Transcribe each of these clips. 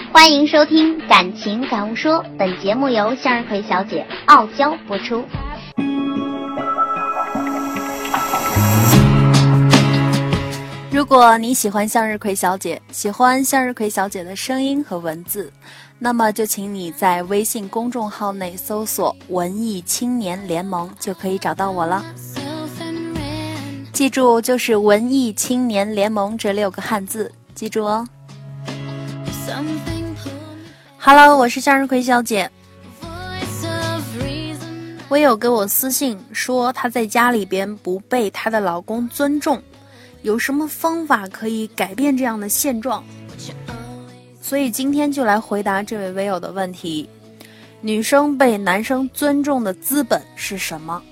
欢迎收听《感情感悟说》，本节目由向日葵小姐傲娇播出。 如果你喜欢向日葵小姐，喜欢向日葵小姐的声音和文字，那么就请你在微信公众号内搜索文艺青年联盟就可以找到我了。记住，就是文艺青年联盟这6个汉字，记住哦。Hello， 我是向日葵小姐。我有给我私信说她在家里边不被她的老公尊重，有什么方法可以改变这样的现状？所以今天就来回答这位微友的问题：女生被男生尊重的资本是什么？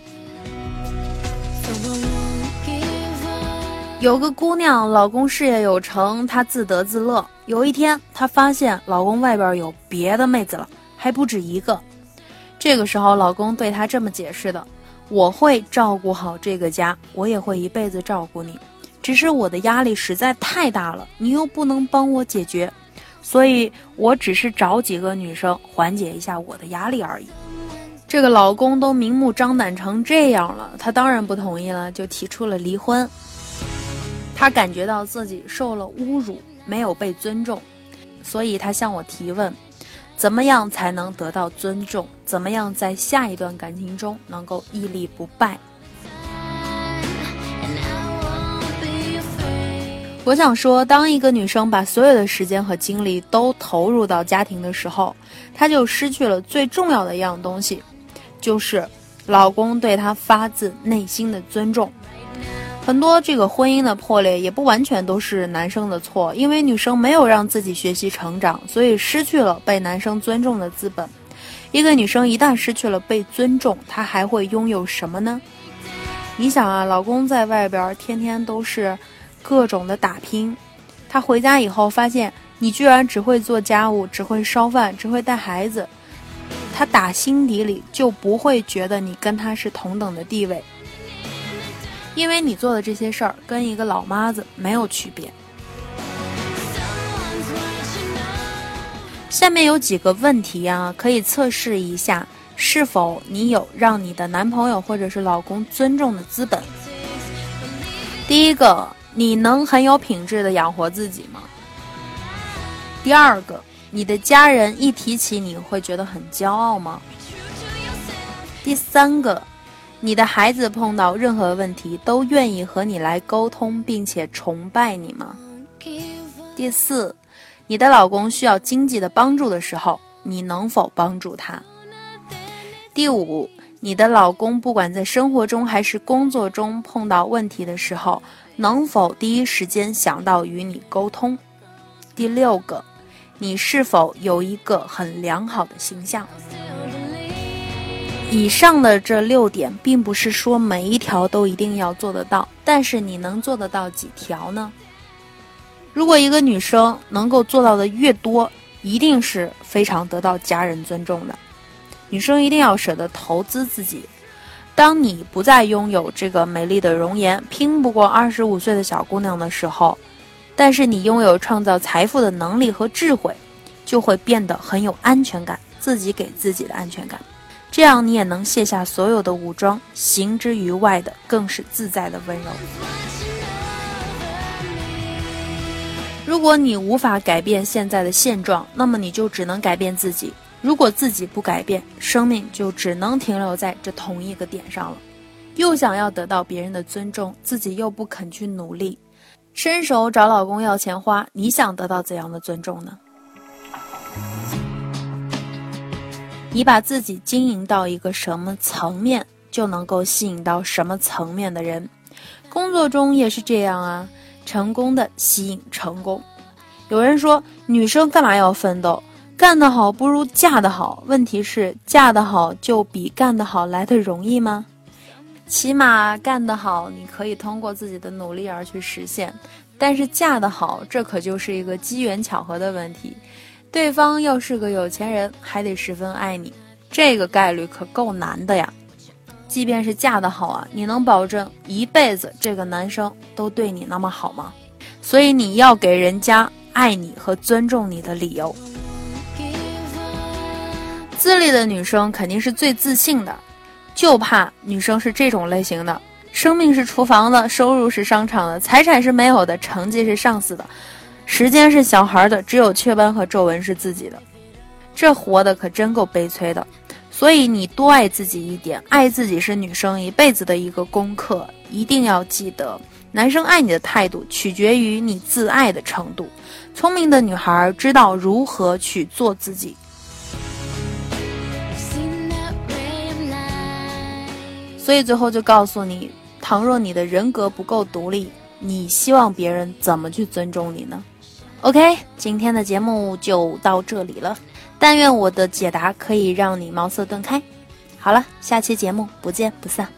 有个姑娘，老公事业有成，她自得自乐。有一天，她发现老公外边有别的妹子了，还不止一个。这个时候，老公对她这么解释的：我会照顾好这个家，我也会一辈子照顾你，只是我的压力实在太大了，你又不能帮我解决，所以我只是找几个女生缓解一下我的压力而已。这个老公都明目张胆成这样了，她当然不同意了，就提出了离婚。她感觉到自己受了侮辱，没有被尊重，所以她向我提问：怎么样才能得到尊重？怎么样在下一段感情中能够屹立不败？我想说，当一个女生把所有的时间和精力都投入到家庭的时候，她就失去了最重要的一样东西，就是老公对她发自内心的尊重。很多这个婚姻的破裂也不完全都是男生的错，因为女生没有让自己学习成长，所以失去了被男生尊重的资本。一个女生一旦失去了被尊重，她还会拥有什么呢？你想啊，老公在外边天天都是各种的打拼，他回家以后发现你居然只会做家务，只会烧饭，只会带孩子，他打心底里就不会觉得你跟他是同等的地位，因为你做的这些事儿跟一个老妈子没有区别。下面有几个问题啊，可以测试一下是否你有让你的男朋友或者是老公尊重的资本。第一个，你能很有品质的养活自己吗？第二个，你的家人一提起你会觉得很骄傲吗？第三个，你的孩子碰到任何问题都愿意和你来沟通并且崇拜你吗？第四，你的老公需要经济的帮助的时候，你能否帮助他？第五，你的老公不管在生活中还是工作中碰到问题的时候，能否第一时间想到与你沟通？第六个，你是否有一个很良好的形象？以上的这6点并不是说每一条都一定要做得到，但是你能做得到几条呢？如果一个女生能够做到的越多，一定是非常得到家人尊重的。女生一定要舍得投资自己。当你不再拥有这个美丽的容颜，拼不过25岁的小姑娘的时候，但是你拥有创造财富的能力和智慧，就会变得很有安全感，自己给自己的安全感。这样你也能卸下所有的武装，行之于外的更是自在的温柔。如果你无法改变现在的现状，那么你就只能改变自己。如果自己不改变，生命就只能停留在这同一个点上了。又想要得到别人的尊重，自己又不肯去努力，伸手找老公要钱花，你想得到怎样的尊重呢？你把自己经营到一个什么层面，就能够吸引到什么层面的人。工作中也是这样啊，成功的吸引成功。有人说，女生干嘛要奋斗？干得好不如嫁得好。问题是，嫁得好就比干得好来得容易吗？起码干得好，你可以通过自己的努力而去实现。但是嫁得好，这可就是一个机缘巧合的问题。对方要是个有钱人，还得十分爱你，这个概率可够难的呀。即便是嫁得好啊，你能保证一辈子这个男生都对你那么好吗？所以你要给人家爱你和尊重你的理由。 自立的女生肯定是最自信的，就怕女生是这种类型的，生命是厨房的，收入是商场的，财产是没有的，成绩是上司的，时间是小孩的，只有雀斑和皱纹是自己的。这活的可真够悲催的。所以你多爱自己一点，爱自己是女生一辈子的一个功课，一定要记得，男生爱你的态度取决于你自爱的程度。聪明的女孩知道如何去做自己。所以最后就告诉你，倘若你的人格不够独立，你希望别人怎么去尊重你呢？ OK， 今天的节目就到这里了，但愿我的解答可以让你茅塞顿开。好了，下期节目不见不散。